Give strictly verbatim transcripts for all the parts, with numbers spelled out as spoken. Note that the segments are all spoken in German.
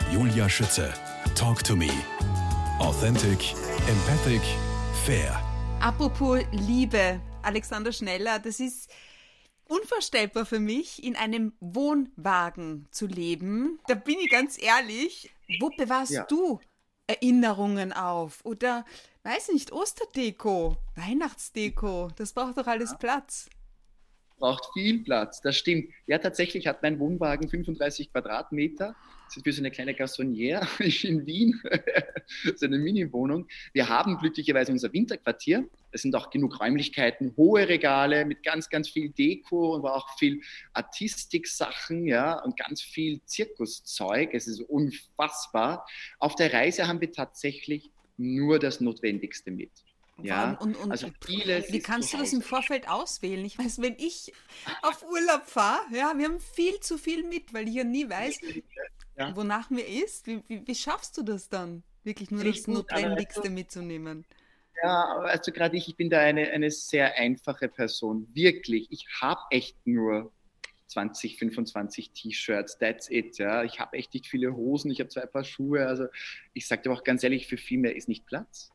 Julia Schütze. Talk to me. Authentic, empathic, fair. Apropos Liebe, Alexander Schneller, das ist unvorstellbar für mich, in einem Wohnwagen zu leben. Da bin ich ganz ehrlich, wo bewahrst ja. du Erinnerungen auf? Oder, weiß nicht, Osterdeko, Weihnachtsdeko, das braucht doch alles ja. Platz. Braucht viel Platz, das stimmt. Ja, tatsächlich hat mein Wohnwagen fünfunddreißig Quadratmeter. Das ist für so eine kleine Garçonnière in Wien, so eine Mini-Wohnung. Wir haben glücklicherweise unser Winterquartier. Es sind auch genug Räumlichkeiten, hohe Regale mit ganz, ganz viel Deko und auch viel Artistik-Sachen, ja, und ganz viel Zirkuszeug. Es ist unfassbar. Auf der Reise haben wir tatsächlich nur das Notwendigste mit. Ja, und, und, also vieles wie kannst du das im Vorfeld auswählen? Ich weiß, wenn ich auf Urlaub fahre, ja, wir haben viel zu viel mit, weil ich ja nie weiß, ja. wonach mir ist. Wie, wie, wie schaffst du das dann, wirklich nur Richtig das Notwendigste gut, mitzunehmen? Ja, also gerade ich, ich bin da eine, eine sehr einfache Person, wirklich. Ich habe echt nur zwanzig, fünfundzwanzig T-Shirts, that's it. Ja. Ich habe echt nicht viele Hosen, ich habe zwei Paar Schuhe. Also ich sage dir auch ganz ehrlich, für viel mehr ist nicht Platz.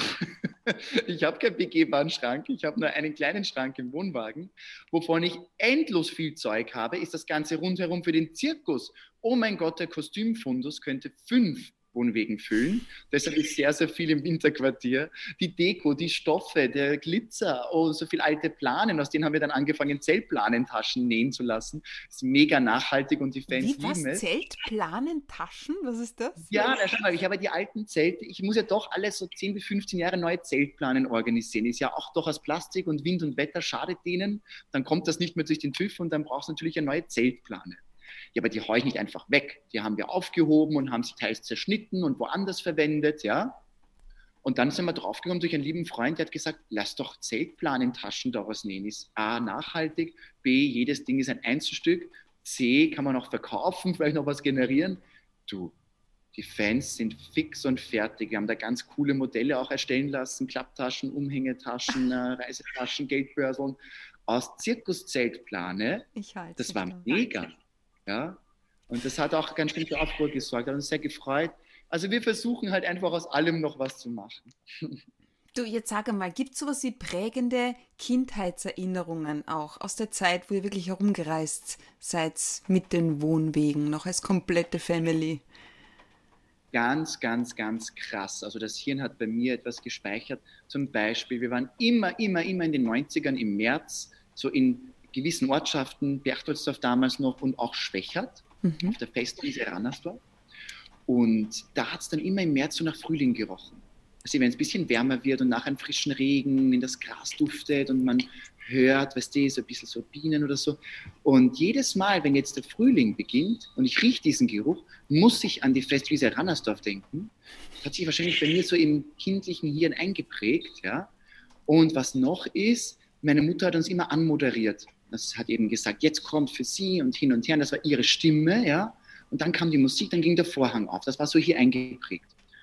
Ich habe keinen begehbaren Schrank, ich habe nur einen kleinen Schrank im Wohnwagen, wovon ich endlos viel Zeug habe, ist das Ganze rundherum für den Zirkus. Oh mein Gott, der Kostümfundus könnte fünf Wohnwegen füllen. Deshalb ist sehr, sehr viel im Winterquartier. Die Deko, die Stoffe, der Glitzer, oh, so viele alte Planen, aus denen haben wir dann angefangen, Zeltplanentaschen nähen zu lassen. Das ist mega nachhaltig und die Fans Wie, lieben was? es. Zeltplanentaschen? Was ist das? Ja, na, schau mal, ich habe die alten Zelte, ich muss ja doch alle so zehn bis fünfzehn Jahre neue Zeltplanen organisieren. Ist ja auch doch aus Plastik und Wind und Wetter schadet denen. Dann kommt das nicht mehr durch den TÜV und dann brauchst du natürlich eine neue Zeltplane. Ja, aber die haue ich nicht einfach weg. Die haben wir aufgehoben und haben sie teils zerschnitten und woanders verwendet, ja. Und dann sind wir draufgekommen durch einen lieben Freund, der hat gesagt, lass doch Zeltplanentaschen daraus nähen. Ist A, nachhaltig, B, jedes Ding ist ein Einzelstück, C, kann man auch verkaufen, vielleicht noch was generieren. Du, die Fans sind fix und fertig. Wir haben da ganz coole Modelle auch erstellen lassen, Klapptaschen, Umhängetaschen, Reisetaschen, Geldbörseln aus Zirkuszeltplane. Ich halte das war mega. Ja, und das hat auch ganz schön für Aufruhr gesorgt, hat uns sehr gefreut. Also wir versuchen halt einfach aus allem noch was zu machen. Du, jetzt sag einmal, gibt es sowas wie prägende Kindheitserinnerungen auch aus der Zeit, wo ihr wirklich herumgereist seid mit den Wohnwegen, noch als komplette Family? Ganz, ganz, ganz krass. Also das Hirn hat bei mir etwas gespeichert. Zum Beispiel, wir waren immer, immer, immer in den neunzigern im März, so in gewissen Ortschaften, Berchtoldsdorf damals noch und auch Schwächert, mhm. auf der Festwiese Rannersdorf. Und da hat es dann immer im März so nach Frühling gerochen. Also wenn es ein bisschen wärmer wird und nach einem frischen Regen, wenn das Gras duftet und man hört, weißt du, so ein bisschen so Bienen oder so. Und jedes Mal, wenn jetzt der Frühling beginnt und ich rieche diesen Geruch, muss ich an die Festwiese Rannersdorf denken. Das hat sich wahrscheinlich bei mir so im kindlichen Hirn eingeprägt. Ja. Und was noch ist, meine Mutter hat uns immer anmoderiert. Das hat eben gesagt, jetzt kommt für sie und hin und her. Und das war ihre Stimme, ja. Und dann kam die Musik, dann ging der Vorhang auf. Das war so hier eingeprägt.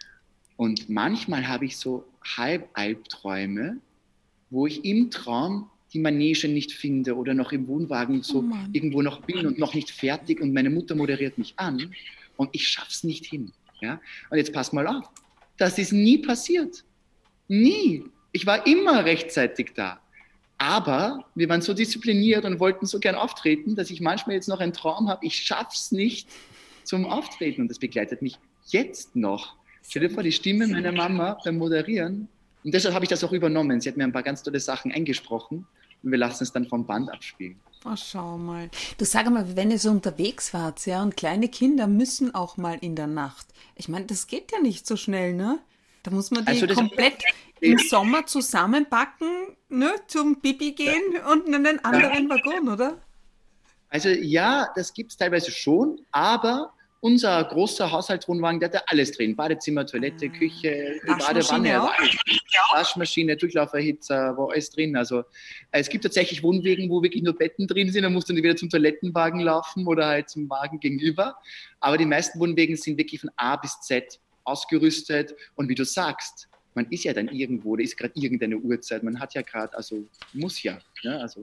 Und manchmal habe ich so Halbalbträume, wo ich im Traum die Manege nicht finde oder noch im Wohnwagen so oh irgendwo noch bin und noch nicht fertig und meine Mutter moderiert mich an und ich schaff's nicht hin. Ja. Und jetzt pass mal auf, das ist nie passiert. Nie. Ich war immer rechtzeitig da. Aber wir waren so diszipliniert und wollten so gern auftreten, dass ich manchmal jetzt noch einen Traum habe, ich schaff's nicht zum Auftreten. Und das begleitet mich jetzt noch. Stell dir vor, die Stimme meiner Mama beim Moderieren. Und deshalb habe ich das auch übernommen. Sie hat mir ein paar ganz tolle Sachen eingesprochen und wir lassen es dann vom Band abspielen. Oh, schau mal. Du, sag mal, wenn ihr so unterwegs wart, ja, und kleine Kinder müssen auch mal in der Nacht. Ich meine, das geht ja nicht so schnell, ne? Da muss man die also komplett im Sommer zusammenpacken, ne, zum Pipi gehen ja. und in einen anderen ja. Waggon, oder? Also ja, das gibt es teilweise schon, aber unser großer Haushaltswohnwagen, der hat da alles drin. Badezimmer, Toilette, ah. Küche, Badewanne, auch? Waschmaschine, Durchlauferhitzer, war alles drin. Also es gibt tatsächlich Wohnwegen, wo wirklich nur Betten drin sind, dann musst du dann wieder zum Toilettenwagen laufen oder halt zum Wagen gegenüber. Aber die meisten Wohnwegen sind wirklich von A bis Z ausgerüstet und wie du sagst, man ist ja dann irgendwo, da ist gerade irgendeine Uhrzeit, man hat ja gerade, also muss ja, ne? Also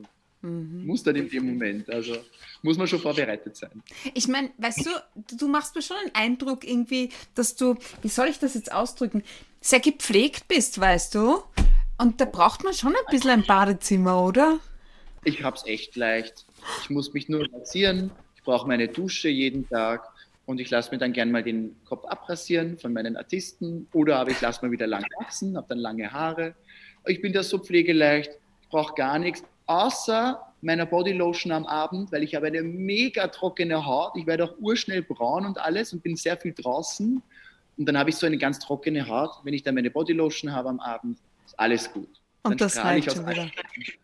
Mhm. Muss dann in dem Moment. Also muss man schon vorbereitet sein. Ich meine, weißt du, du machst mir schon einen Eindruck irgendwie, dass du, wie soll ich das jetzt ausdrücken, sehr gepflegt bist, weißt du? Und da braucht man schon ein bisschen ein Badezimmer, oder? Ich hab's echt leicht. Ich muss mich nur rasieren. Ich brauche meine Dusche jeden Tag. Und ich lasse mir dann gern mal den Kopf abrasieren von meinen Artisten. Oder aber ich lasse mal wieder lang wachsen, habe dann lange Haare. Ich bin da so pflegeleicht. Ich brauche gar nichts. Außer meiner Bodylotion am Abend, weil ich habe eine mega trockene Haut. Ich werde auch urschnell braun und alles und bin sehr viel draußen. Und dann habe ich so eine ganz trockene Haut. Wenn ich dann meine Bodylotion habe am Abend, ist alles gut. Und dann das reicht schon wieder.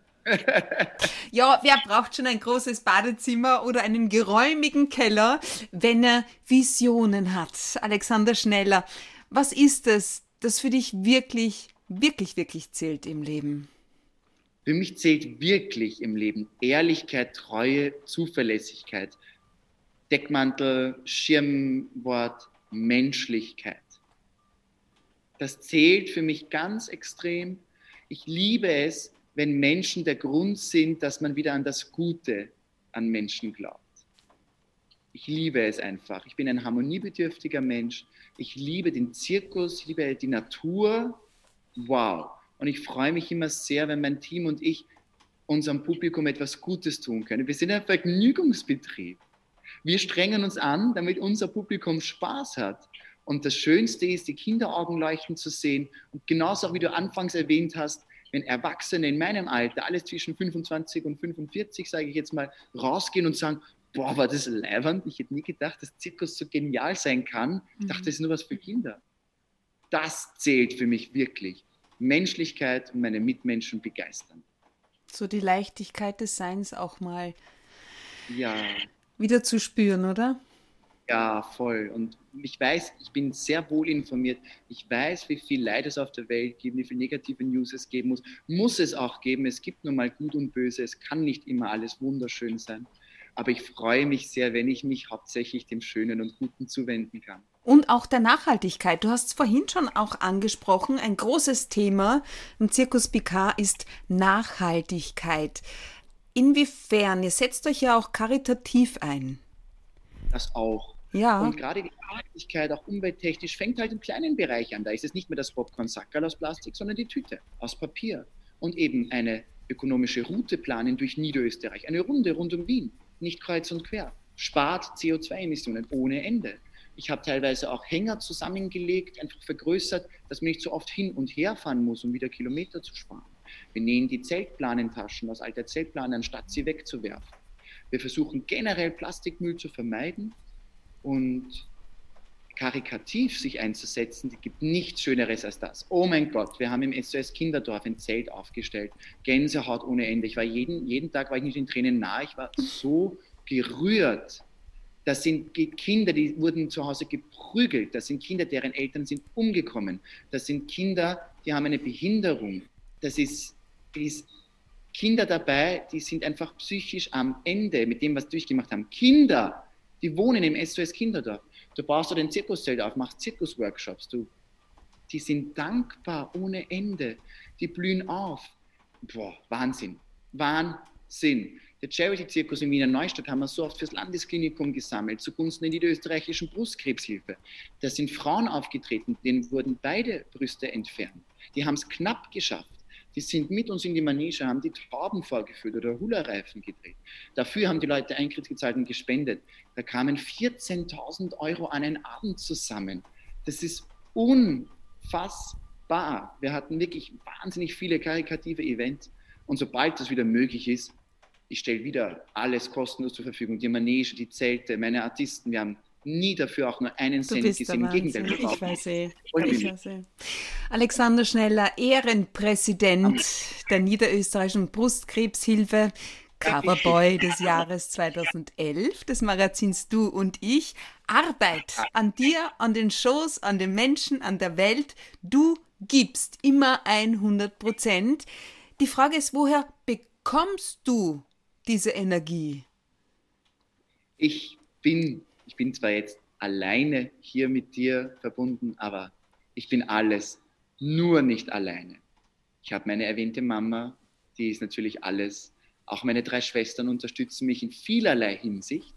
Ja, wer braucht schon ein großes Badezimmer oder einen geräumigen Keller, wenn er Visionen hat? Alexander Schneller, was ist es, das für dich wirklich, wirklich, wirklich zählt im Leben? Für mich zählt wirklich im Leben Ehrlichkeit, Treue, Zuverlässigkeit, Deckmantel, Schirmwort, Menschlichkeit. Das zählt für mich ganz extrem. Ich liebe es, wenn Menschen der Grund sind, dass man wieder an das Gute an Menschen glaubt. Ich liebe es einfach. Ich bin ein harmoniebedürftiger Mensch. Ich liebe den Zirkus, ich liebe die Natur. Wow. Und ich freue mich immer sehr, wenn mein Team und ich unserem Publikum etwas Gutes tun können. Wir sind ein Vergnügungsbetrieb. Wir strengen uns an, damit unser Publikum Spaß hat. Und das Schönste ist, die Kinderaugen leuchten zu sehen. Und genauso auch, wie du anfangs erwähnt hast, wenn Erwachsene in meinem Alter, alles zwischen fünfundzwanzig und fünfundvierzig, sage ich jetzt mal, rausgehen und sagen, boah, war das leiwand. Ich hätte nie gedacht, dass Zirkus so genial sein kann. Ich dachte, das ist nur was für Kinder. Das zählt für mich wirklich. Menschlichkeit und meine Mitmenschen begeistern. So die Leichtigkeit des Seins auch mal ja. wieder zu spüren, oder? Ja, voll. Und ich weiß, ich bin sehr wohl informiert. Ich weiß, wie viel Leid es auf der Welt gibt, wie viel negative News es geben muss. Muss es auch geben. Es gibt nun mal Gut und Böse. Es kann nicht immer alles wunderschön sein. Aber ich freue mich sehr, wenn ich mich hauptsächlich dem Schönen und Guten zuwenden kann. Und auch der Nachhaltigkeit. Du hast es vorhin schon auch angesprochen. Ein großes Thema im Zirkus Picard ist Nachhaltigkeit. Inwiefern? Ihr setzt euch ja auch karitativ ein. Das auch. Ja. Und gerade die Nachhaltigkeit, auch umwelttechnisch, fängt halt im kleinen Bereich an. Da ist es nicht mehr das Popcorn-Sackerl aus Plastik, sondern die Tüte aus Papier. Und eben eine ökonomische Route planen durch Niederösterreich. Eine Runde rund um Wien, nicht kreuz und quer. Spart C O zwei Emissionen ohne Ende. Ich habe teilweise auch Hänger zusammengelegt, einfach vergrößert, dass man nicht so oft hin und her fahren muss, um wieder Kilometer zu sparen. Wir nähen die Zeltplanentaschen aus alter Zeltplane, anstatt sie wegzuwerfen. Wir versuchen generell Plastikmüll zu vermeiden und karikativ sich einzusetzen. Es gibt nichts Schöneres als das. Oh mein Gott, wir haben im S O S Kinderdorf ein Zelt aufgestellt. Gänsehaut ohne Ende. Ich war jeden, jeden Tag war ich nicht den Tränen nahe. Ich war so gerührt. Das sind Kinder, die wurden zu Hause geprügelt. Das sind Kinder, deren Eltern sind umgekommen. Das sind Kinder, die haben eine Behinderung. Das ist, ist Kinder dabei, die sind einfach psychisch am Ende mit dem, was sie durchgemacht haben. Kinder, die wohnen im S O S Kinderdorf. Du baust dort ein Zirkuszelt auf, machst Zirkusworkshops. Du, die sind dankbar ohne Ende. Die blühen auf. Boah, Wahnsinn. Wahnsinn. Der Charity-Zirkus in Wiener Neustadt haben wir so oft fürs Landesklinikum gesammelt, zugunsten der niederösterreichischen Brustkrebshilfe. Da sind Frauen aufgetreten, denen wurden beide Brüste entfernt. Die haben es knapp geschafft. Die sind mit uns in die Manege, haben die Tauben vorgeführt oder Hula-Reifen gedreht. Dafür haben die Leute Eintritt gezahlt und gespendet. Da kamen vierzehntausend Euro an einen Abend zusammen. Das ist unfassbar. Wir hatten wirklich wahnsinnig viele karitative Events. Und sobald das wieder möglich ist, ich stelle wieder alles kostenlos zur Verfügung. Die Manege, die Zelte, meine Artisten. Wir haben nie dafür auch nur einen Cent gesehen. Im Gegenteil. Ich weiß eh. Ich weiß eh. Alexander Schneller, Ehrenpräsident der niederösterreichischen Brustkrebshilfe, Coverboy des Jahres zweitausendelf, des Magazins Du und Ich. Arbeit an dir, an den Shows, an den Menschen, an der Welt. Du gibst immer hundert Prozent. Die Frage ist, woher bekommst du diese Energie? Ich bin, ich bin zwar jetzt alleine hier mit dir verbunden, aber ich bin alles, nur nicht alleine. Ich habe meine erwähnte Mama, die ist natürlich alles. Auch meine drei Schwestern unterstützen mich in vielerlei Hinsicht.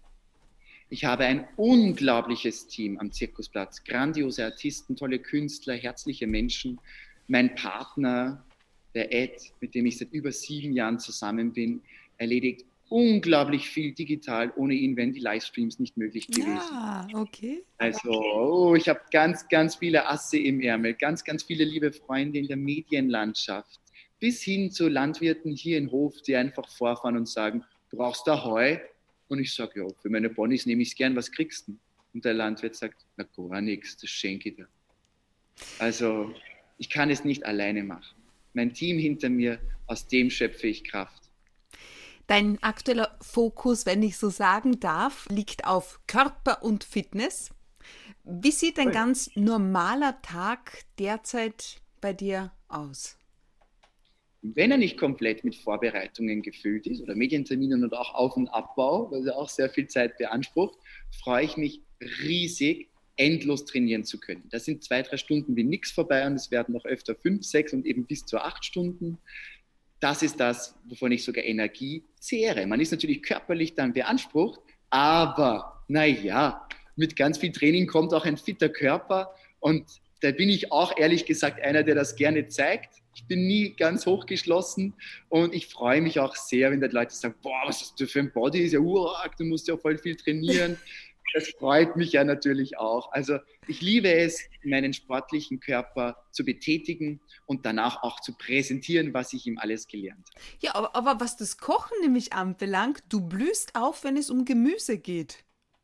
Ich habe ein unglaubliches Team am Zirkusplatz, grandiose Artisten, tolle Künstler, herzliche Menschen. Mein Partner, der Ed, mit dem ich seit über sieben Jahren zusammen bin, erledigt unglaublich viel digital. Ohne ihn wären die Livestreams nicht möglich gewesen. Ja, okay. Also, oh, ich habe ganz, ganz viele Asse im Ärmel, ganz, ganz viele liebe Freunde in der Medienlandschaft, bis hin zu Landwirten hier in Hof, die einfach vorfahren und sagen, brauchst du Heu? Und ich sage, ja, für meine Ponys nehme ich es gern, was kriegst du? Und der Landwirt sagt, na gar nichts, das schenke ich dir. Also, ich kann es nicht alleine machen. Mein Team hinter mir, aus dem schöpfe ich Kraft. Dein aktueller Fokus, wenn ich so sagen darf, liegt auf Körper und Fitness. Wie sieht ein ganz normaler Tag derzeit bei dir aus? Wenn er nicht komplett mit Vorbereitungen gefüllt ist oder Medienterminen oder auch Auf- und Abbau, was ja auch sehr viel Zeit beansprucht, freue ich mich riesig, endlos trainieren zu können. Da sind zwei, drei Stunden wie nichts vorbei und es werden noch öfter fünf, sechs und eben bis zu acht Stunden. Das ist das, wovon ich sogar Energie zehre. Man ist natürlich körperlich dann beansprucht, aber naja, mit ganz viel Training kommt auch ein fitter Körper und da bin ich auch ehrlich gesagt einer, der das gerne zeigt. Ich bin nie ganz hochgeschlossen und ich freue mich auch sehr, wenn die Leute sagen, boah, was hast du für ein Body, ist ja urarg, du musst ja voll viel trainieren. Das freut mich ja natürlich auch. Also ich liebe es, meinen sportlichen Körper zu betätigen und danach auch zu präsentieren, was ich ihm alles gelernt habe. Ja, aber, aber was das Kochen nämlich anbelangt, du blühst auf, wenn es um Gemüse geht.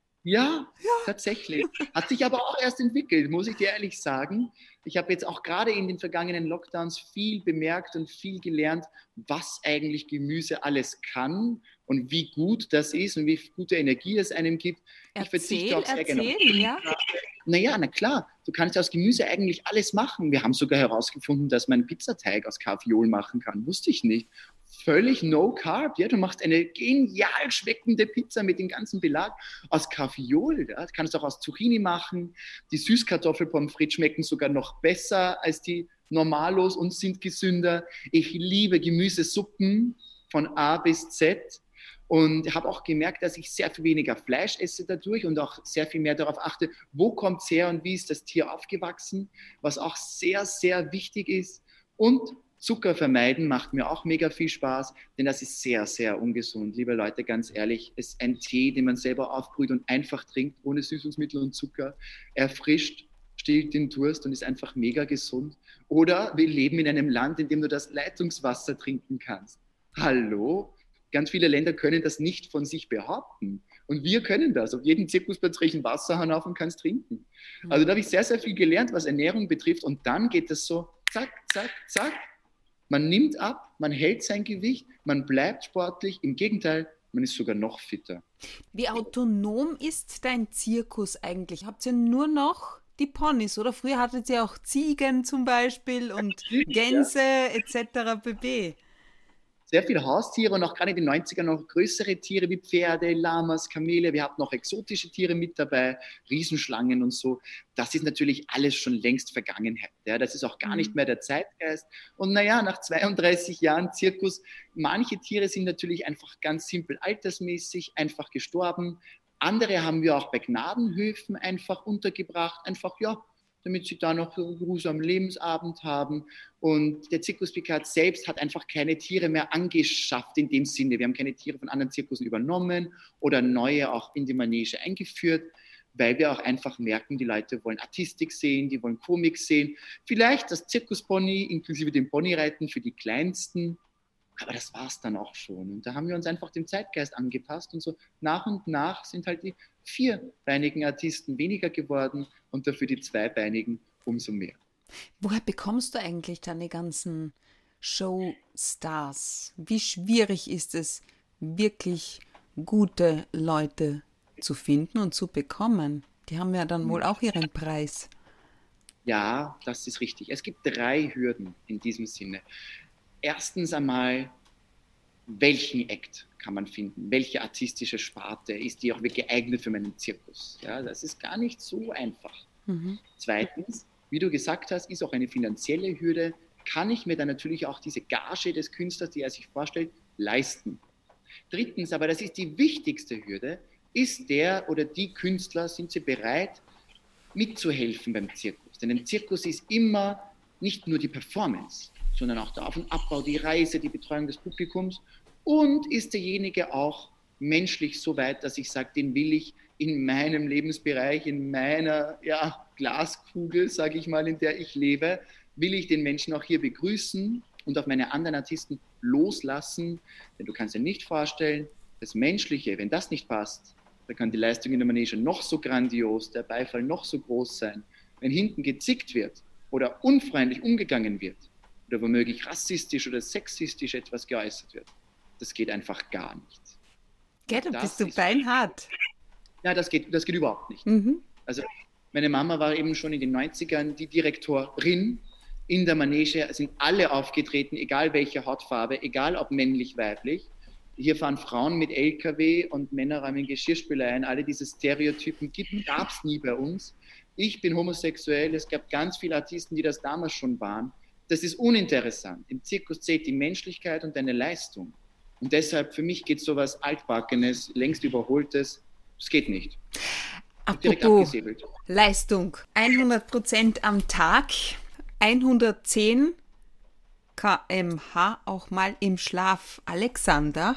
Ja, ja, tatsächlich. Hat sich aber auch erst entwickelt, muss ich dir ehrlich sagen. Ich habe jetzt auch gerade in den vergangenen Lockdowns viel bemerkt und viel gelernt, was eigentlich Gemüse alles kann und wie gut das ist und wie gute Energie es einem gibt. Erzähl, ich verzichte auch sehr erzähl, gerne. Ja. Naja, na klar, du kannst aus Gemüse eigentlich alles machen. Wir haben sogar herausgefunden, dass man Pizzateig aus Kaffeeol machen kann. Wusste ich nicht. Völlig no carb. Ja, du machst eine genial schmeckende Pizza mit dem ganzen Belag aus Kaffeeol. Ja. Du kannst auch aus Zucchini machen. Die Süßkartoffelpommes frites schmecken sogar noch besser als die Normalos und sind gesünder. Ich liebe Gemüsesuppen von A bis Z. Und habe auch gemerkt, dass ich sehr viel weniger Fleisch esse dadurch und auch sehr viel mehr darauf achte, wo kommt es her und wie ist das Tier aufgewachsen, was auch sehr, sehr wichtig ist. Und Zucker vermeiden macht mir auch mega viel Spaß, denn das ist sehr, sehr ungesund. Liebe Leute, ganz ehrlich, es ist ein Tee, den man selber aufbrüht und einfach trinkt, ohne Süßungsmittel und Zucker, erfrischt, stillt den Durst und ist einfach mega gesund. Oder wir leben in einem Land, in dem du das Leitungswasser trinken kannst. Hallo? Ganz viele Länder können das nicht von sich behaupten. Und wir können das. Auf jedem Zirkusplatz kriege ich einen Wasserhahn auf und kann es trinken. Also da habe ich sehr, sehr viel gelernt, was Ernährung betrifft. Und dann geht es so, zack, zack, zack. Man nimmt ab, man hält sein Gewicht, man bleibt sportlich. Im Gegenteil, man ist sogar noch fitter. Wie autonom ist dein Zirkus eigentlich? Habt ihr nur noch die Ponys, oder? Früher hattet ihr auch Ziegen zum Beispiel und Gänse ja. et cetera pp. Sehr viele Haustiere und auch gerade in den neunzigern noch größere Tiere wie Pferde, Lamas, Kamele. Wir hatten noch exotische Tiere mit dabei, Riesenschlangen und so. Das ist natürlich alles schon längst Vergangenheit. Ja, das ist auch gar nicht mehr der Zeitgeist. Und naja, nach zweiunddreißig Jahren Zirkus, manche Tiere sind natürlich einfach ganz simpel altersmäßig, einfach gestorben. Andere haben wir auch bei Gnadenhöfen einfach untergebracht, einfach, ja, damit sie da noch einen geruhsamen Lebensabend haben. Und der Zirkus Picard selbst hat einfach keine Tiere mehr angeschafft in dem Sinne. Wir haben keine Tiere von anderen Zirkusen übernommen oder neue auch in die Manege eingeführt, weil wir auch einfach merken, die Leute wollen Artistik sehen, die wollen Komik sehen. Vielleicht das Zirkuspony inklusive dem Ponyreiten für die Kleinsten, aber das war es dann auch schon. Und da haben wir uns einfach dem Zeitgeist angepasst und so nach und nach sind halt die vierbeinigen Artisten weniger geworden und dafür die zweibeinigen umso mehr. Woher bekommst du eigentlich deine ganzen Showstars? Wie schwierig ist es, wirklich gute Leute zu finden und zu bekommen? Die haben ja dann wohl auch ihren Preis. Ja, das ist richtig. Es gibt drei Hürden in diesem Sinne. Erstens einmal, welchen Act kann man finden? Welche artistische Sparte ist die auch wirklich geeignet für meinen Zirkus? Ja, das ist gar nicht so einfach. Mhm. Zweitens, wie du gesagt hast, ist auch eine finanzielle Hürde. Kann ich mir dann natürlich auch diese Gage des Künstlers, die er sich vorstellt, leisten. Drittens, aber das ist die wichtigste Hürde, ist der oder die Künstler, sind sie bereit, mitzuhelfen beim Zirkus? Denn im Zirkus ist immer nicht nur die Performance, sondern auch der Auf- und Abbau, die Reise, die Betreuung des Publikums. Und ist derjenige auch menschlich so weit, dass ich sage, den will ich in meinem Lebensbereich, in meiner ja, Glaskugel, sage ich mal, in der ich lebe, will ich den Menschen auch hier begrüßen und auf meine anderen Artisten loslassen. Denn du kannst dir nicht vorstellen, das Menschliche, wenn das nicht passt, da kann die Leistung in der Manege noch so grandios, der Beifall noch so groß sein. Wenn hinten gezickt wird oder unfreundlich umgegangen wird oder womöglich rassistisch oder sexistisch etwas geäußert wird, das geht einfach gar nicht. Gell, da Das bist du ist- beinhart. Ja, das geht, das geht überhaupt nicht. Mhm. Also meine Mama war eben schon in den neunzigern die Direktorin in der Manege, sind alle aufgetreten, egal welche Hautfarbe, egal ob männlich, weiblich. Hier fahren Frauen mit L K W und Männer räumen Geschirrspülereien. Alle diese Stereotypen gab es nie bei uns. Ich bin homosexuell, es gab ganz viele Artisten, die das damals schon waren. Das ist uninteressant. Im Zirkus zählt die Menschlichkeit und deine Leistung. Und deshalb, für mich geht sowas Altbackenes, längst Überholtes, es geht nicht. Direkt Apropos abgesäbelt. Leistung. hundert Prozent am Tag, hundertzehn Kilometer pro Stunde auch mal im Schlaf. Alexander?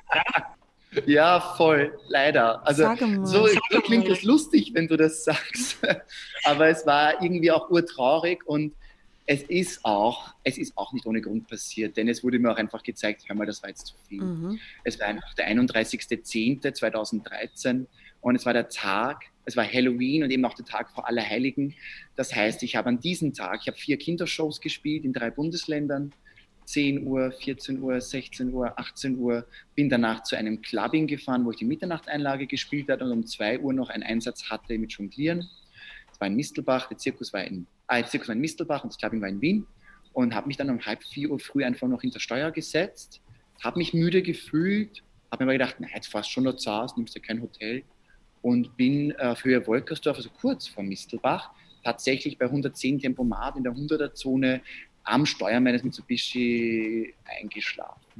Ja, voll, leider. Also Sag mal, so, sag so klingt es lustig, wenn du das sagst. Aber es war irgendwie auch urtraurig und es ist auch, es ist auch nicht ohne Grund passiert, denn es wurde mir auch einfach gezeigt, hör mal, das war jetzt zu viel. Mhm. Es war einfach der einunddreißigster zehnter zweitausenddreizehn und es war der Tag, es war Halloween und eben auch der Tag vor Allerheiligen. Das heißt, ich habe an diesem Tag, ich habe vier Kindershows gespielt in drei Bundesländern, zehn Uhr, vierzehn Uhr, sechzehn Uhr, achtzehn Uhr, bin danach zu einem Clubbing gefahren, wo ich die Mitternachteinlage gespielt habe und um zwei Uhr noch einen Einsatz hatte mit Jonglieren. Es war in Mistelbach, der Zirkus war in, ah, der Zirkus war in Mistelbach und das Clubbing war in Wien und habe mich dann um halb vier Uhr früh einfach noch hinter Steuer gesetzt, habe mich müde gefühlt, habe mir aber gedacht, na, jetzt fährst du schon noch zu Hause, nimmst ja kein Hotel und bin äh, auf Höhe Wolkersdorf, also kurz vor Mistelbach, tatsächlich bei hundertzehn Tempomat in der hunderter-Zone am Steuer meines Mitsubishi eingeschlafen.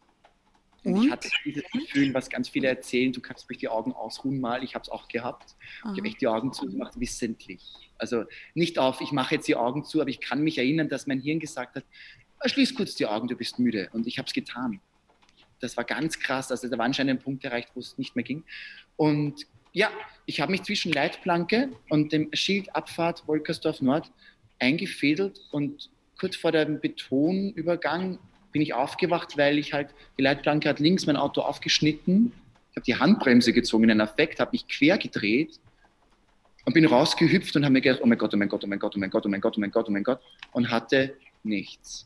Und, und ich hatte dieses Gefühl, was ganz viele erzählen, du kannst mich die Augen ausruhen mal, ich habe es auch gehabt. Aha. Ich habe echt die Augen zugemacht, wissentlich. Also nicht auf, ich mache jetzt die Augen zu, aber ich kann mich erinnern, dass mein Hirn gesagt hat, schließ kurz die Augen, du bist müde. Und ich habe es getan. Das war ganz krass, also da war anscheinend ein Punkt erreicht, wo es nicht mehr ging. Und ja, ich habe mich zwischen Leitplanke und dem Schild Abfahrt Wolkersdorf Nord eingefädelt und kurz vor dem Betonübergang bin ich aufgewacht, weil ich halt, die Leitplanke hat links mein Auto aufgeschnitten. Ich habe die Handbremse gezogen in einen Affekt, habe mich quer gedreht und bin rausgehüpft und habe mir gedacht, oh mein Gott, oh mein Gott, oh mein Gott, oh mein Gott, oh mein Gott, oh mein Gott, oh mein Gott und hatte nichts.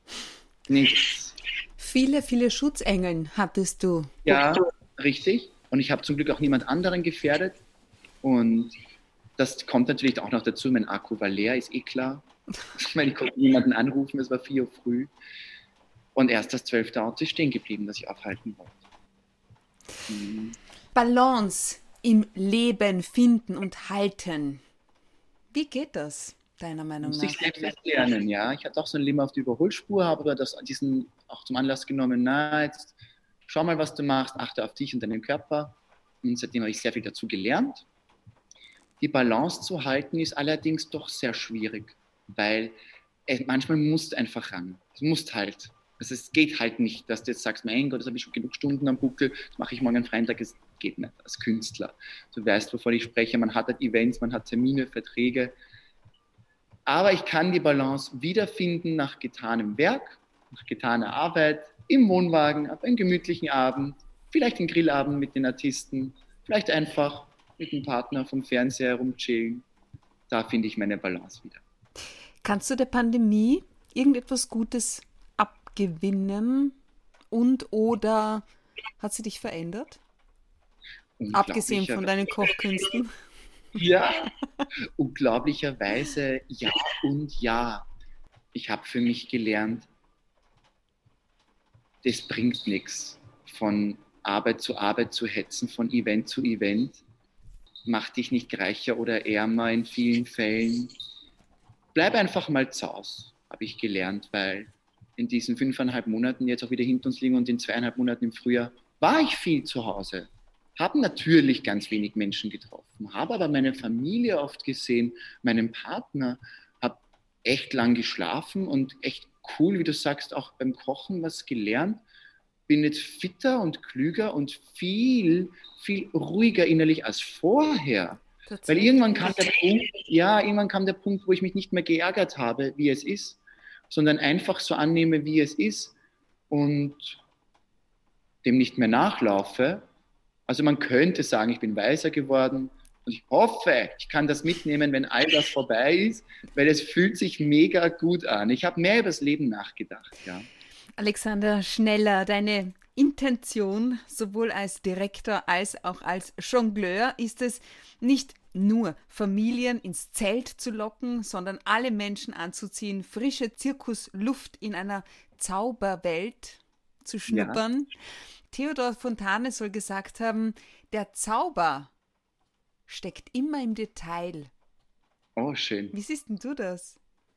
Nichts. Viele, viele Schutzengeln hattest du. Ja, richtig. Und ich habe zum Glück auch niemand anderen gefährdet. Und das kommt natürlich auch noch dazu, mein Akku war leer, ist eh klar. Ich meine, ich konnte niemanden anrufen, es war vier Uhr früh. Und erst das zwölfte Auto ist stehen geblieben, das ich aufhalten wollte. Mhm. Balance im Leben finden und halten. Wie geht das, deiner Meinung nach? Muss ich selbst lernen, ja. Ich hatte auch so ein Leben auf der Überholspur, habe aber das, diesen auch zum Anlass genommen, na, jetzt schau mal, was du machst, achte auf dich und deinen Körper. Und seitdem habe ich sehr viel dazu gelernt. Die Balance zu halten ist allerdings doch sehr schwierig, weil es, manchmal musst du einfach ran. Du musst halt. Also es geht halt nicht, dass du jetzt sagst, mein Gott, das habe ich schon genug Stunden am Buckel, das mache ich morgen am Freitag. Es geht nicht als Künstler. Du weißt, wovon ich spreche. Man hat halt Events, man hat Termine, Verträge. Aber ich kann die Balance wiederfinden nach getanem Werk, nach getaner Arbeit, im Wohnwagen, auf einen gemütlichen Abend, vielleicht einen Grillabend mit den Artisten, vielleicht einfach mit dem Partner vom Fernseher rumchillen. Da finde ich meine Balance wieder. Kannst du der Pandemie irgendetwas Gutes abgewinnen und oder hat sie dich verändert? Abgesehen von deinen Kochkünsten? Ja, unglaublicherweise ja und ja. Ich habe für mich gelernt, das bringt nichts, von Arbeit zu Arbeit zu hetzen, von Event zu Event. Mach dich nicht reicher oder ärmer in vielen Fällen. Bleib einfach mal zu Hause, habe ich gelernt, weil in diesen fünfeinhalb Monaten jetzt auch wieder hinter uns liegen und in zweieinhalb Monaten im Frühjahr war ich viel zu Hause. Habe natürlich ganz wenig Menschen getroffen, habe aber meine Familie oft gesehen, meinen Partner, habe echt lang geschlafen und echt cool, wie du sagst, auch beim Kochen was gelernt. Bin jetzt fitter und klüger und viel, viel ruhiger innerlich als vorher. Weil irgendwann kam der Punkt, ja, irgendwann kam der Punkt, wo ich mich nicht mehr geärgert habe, wie es ist, sondern einfach so annehme, wie es ist und dem nicht mehr nachlaufe. Also man könnte sagen, ich bin weiser geworden und ich hoffe, ich kann das mitnehmen, wenn all das vorbei ist, weil es fühlt sich mega gut an. Ich habe mehr über das Leben nachgedacht, ja. Alexander Schneller, deine Intention, sowohl als Direktor als auch als Jongleur, ist es, nicht nur Familien ins Zelt zu locken, sondern alle Menschen anzuziehen, frische Zirkusluft in einer Zauberwelt zu schnuppern. Ja. Theodor Fontane soll gesagt haben, der Zauber steckt immer im Detail. Oh, schön. Wie siehst denn du das?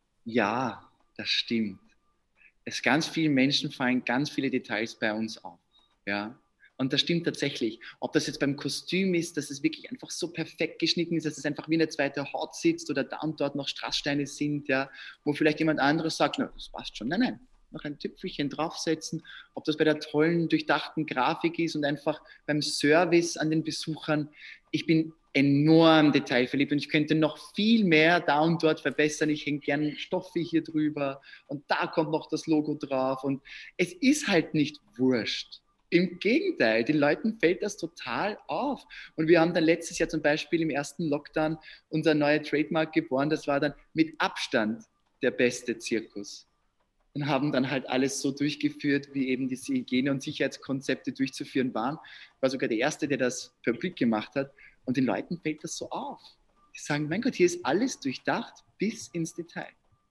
Ja, das stimmt. Es ganz vielen Menschen fallen ganz viele Details bei uns auf. Ja? Und das stimmt tatsächlich. Ob das jetzt beim Kostüm ist, dass es wirklich einfach so perfekt geschnitten ist, dass es einfach wie eine zweite Haut sitzt oder da und dort noch Strasssteine sind, ja, wo vielleicht jemand anderes sagt, na, das passt schon. Nein, nein, noch ein Tüpfelchen draufsetzen. Ob das bei der tollen, durchdachten Grafik ist und einfach beim Service an den Besuchern. Ich bin enorm detailverliebt und ich könnte noch viel mehr da und dort verbessern. Ich hänge gerne Stoffe hier drüber und da kommt noch das Logo drauf und es ist halt nicht wurscht. Im Gegenteil, den Leuten fällt das total auf. Und wir haben dann letztes Jahr zum Beispiel im ersten Lockdown unser neuer Trademark geboren. Das war dann mit Abstand der beste Zirkus. Und haben dann halt alles so durchgeführt, wie eben diese Hygiene- und Sicherheitskonzepte durchzuführen waren. Ich war sogar der Erste, der das publik gemacht hat. Und den Leuten fällt das so auf. Die sagen, mein Gott, hier ist alles durchdacht bis ins Detail.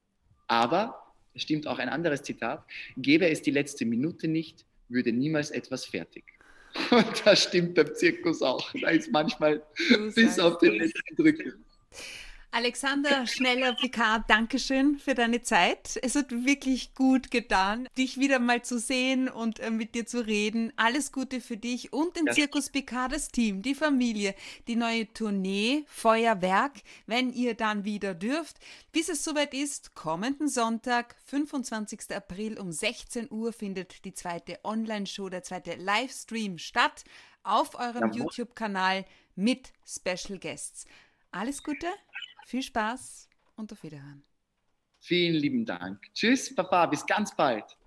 Aber, es stimmt auch ein anderes Zitat, gäbe es die letzte Minute nicht, würde niemals etwas fertig. Und das stimmt beim Zirkus auch. Da ist manchmal bis auf den letzten Drücker. Alexander Schneller-Picard, Dankeschön für deine Zeit. Es hat wirklich gut getan, dich wieder mal zu sehen und äh, mit dir zu reden. Alles Gute für dich und den ja. Zirkus Picard, das Team, die Familie, die neue Tournee, Feuerwerk, wenn ihr dann wieder dürft. Bis es soweit ist, kommenden Sonntag, fünfundzwanzigsten April um sechzehn Uhr findet die zweite Online-Show, der zweite Livestream statt auf eurem ja. YouTube-Kanal mit Special Guests. Alles Gute. Viel Spaß und auf Wiederhören. Vielen lieben Dank. Tschüss, Papa, bis ganz bald.